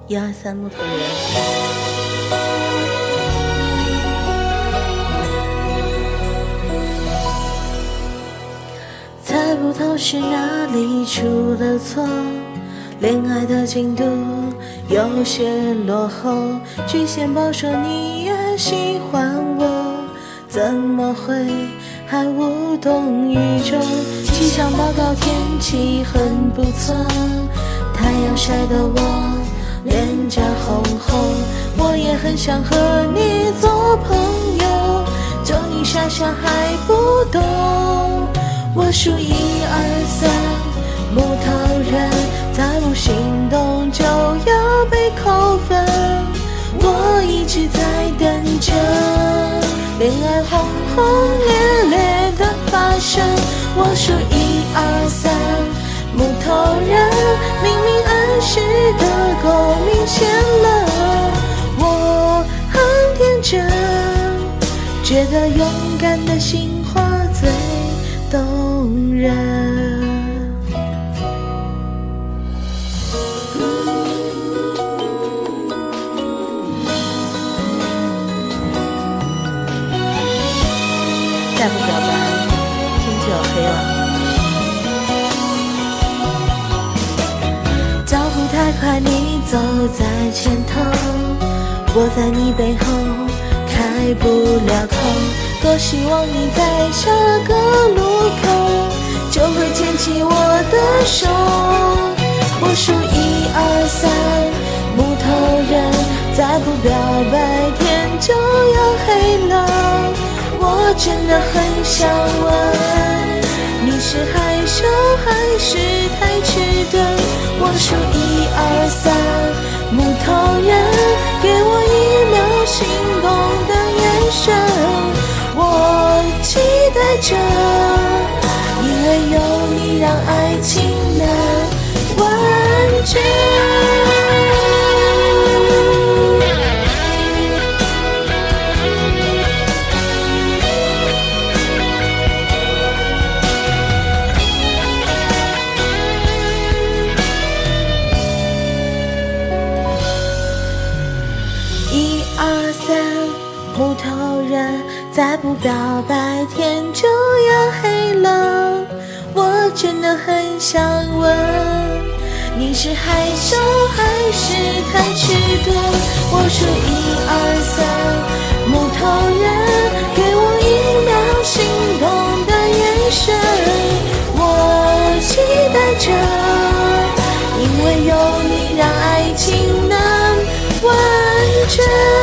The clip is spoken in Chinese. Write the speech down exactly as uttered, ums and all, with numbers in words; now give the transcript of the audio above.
一二三木头人。猜不透是哪里出了错，恋爱的进度有些落后，据线报说你也喜欢我，怎么会还无动于衷？气象报告天气很不错，太阳晒得我脸颊红红，我也很想和你做朋友，就你傻傻还不懂。我数一二三，木头人，再不行动就要被扣分。我一直在等着恋爱轰轰烈烈的发生。我数一二三，木头人，明明暗示的够明显了。我很天真，觉得勇敢的心话最动人。再不表白，天就要黑了。脚步太快，你走在前头，我在你背后开不了口。多希望你在下个路口就会牵起我的手。我数一二三，木头人，再不表白天就要黑了。我真的很想问，你是害羞还是太迟钝？我数一二三，木头人，给我一秒心动的眼神。我期待着，因为有你让爱情能完整。一二三，木头人，再不表白天就要黑了。我真的很想问，你是害羞还是太迟钝？我数一二三，木头人，给我一秒心动的眼神。我期待着，因为有你让爱情能完整。